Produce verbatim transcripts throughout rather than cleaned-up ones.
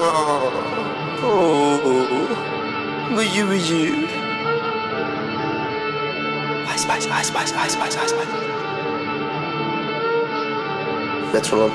Oh, bıcı bıcı. Ice, ice, ice, ice, ice, ice, ice, ice. Metronom.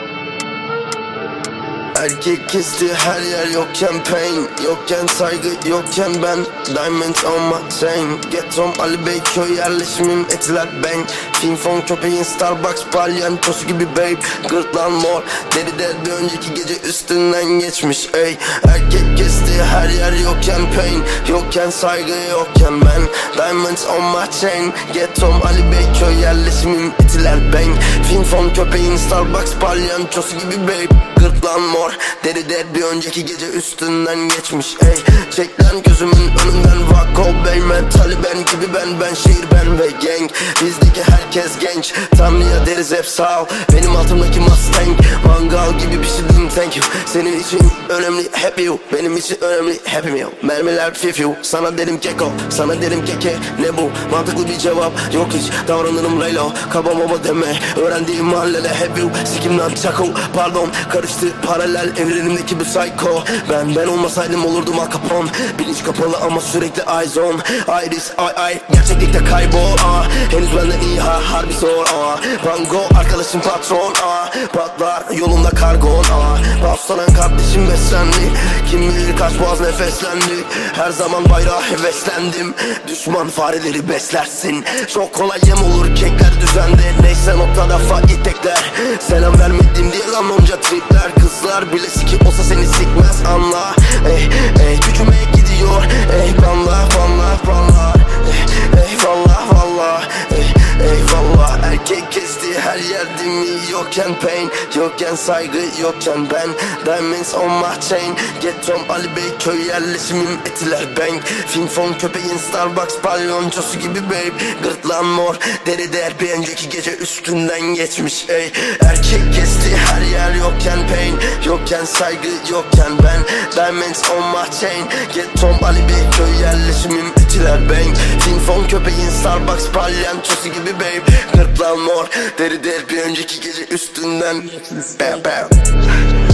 Erkek kesti her yer yokken pain, yokken saygı yokken ben. Diamonds on my chain. Getrom Ali Beyköy yerleşimim etiler bang. Finfon köpeğin Starbucks palyançosu gibi babe. Gırtlan mor deri der bir önceki gece üstünden geçmiş ey. Erkek kesti her yer yokken pain, yokken saygı yokken ben. Diamonds on my chain. Getrom Ali Beyköy yerleşimim etiler bang. Finfon köpeğin Starbucks palyançosu gibi babe. Gırtlan mor deri der bir önceki gece üstünden geçmiş ey. Çek lan gözümün önünden Vako Bey. Mentali ben gibi ben, ben şehir ben ve gang. Bizdeki herkes genç, Tanrı'ya deriz hep sağ ol. Benim altımdaki Mustang mangal gibi bir şey değil, thank you. Senin için önemli happy you, benim için önemli happy meal. Mermiler fifiu, sana derim keko, sana derim keke. Ne bu? Mantıklı bir cevap yok hiç. Davranırım Leylo, kaba baba deme. Öğrendiğim mahallede hep you. Sikimden çako, pardon karıştı paralel evrenimdeki bu psycho. Ben ben olmasaydım olurdum Al Capone. Bilinç kapalı ama sürekli eyes on. Iris ay ay gerçeklikte kaybol. Aa, henüz benden iyi ha harbi zor. Aa, Bango arkadaşım patron. Aa, patlar yolunda kargon. Aa, paslanan kardeşim beslendi. Kim bilir kaç boğaz nefeslendi. Her zaman bayrağa heveslendim. Düşman fareleri beslersin. Çok kolay yem olur kekler düzende. Neyse noktada faik tekler. Selam vermedim diye lan onca tripler. Kızlar bile siki olsa seni sikmez anla. Ey ey gücüme gidiyor. Ey banla banla banla. Ey eyvallah valla. Ey eyvallah. Erkek kesti her yer dimi yokken pain, yokken saygı yokken ben. Diamonds on my chain. Getrom Ali Beyköy yerleşimim etiler bang. Finfon köpeğin Starbucks palyoncosu gibi babe. Gırtlan mor deri der bir önceki gece üstünden geçmiş ey. Erkek kesti her yer yokken pain, yokken saygı yokken ben. Diamonds on my chain. Getrom Ali Beyköy yerleşimim etiler bang. Finfon köpeğin Starbucks palyançosu gibi babe. Gırtlan mor deri der bir önceki gece üstünden. Bam bam.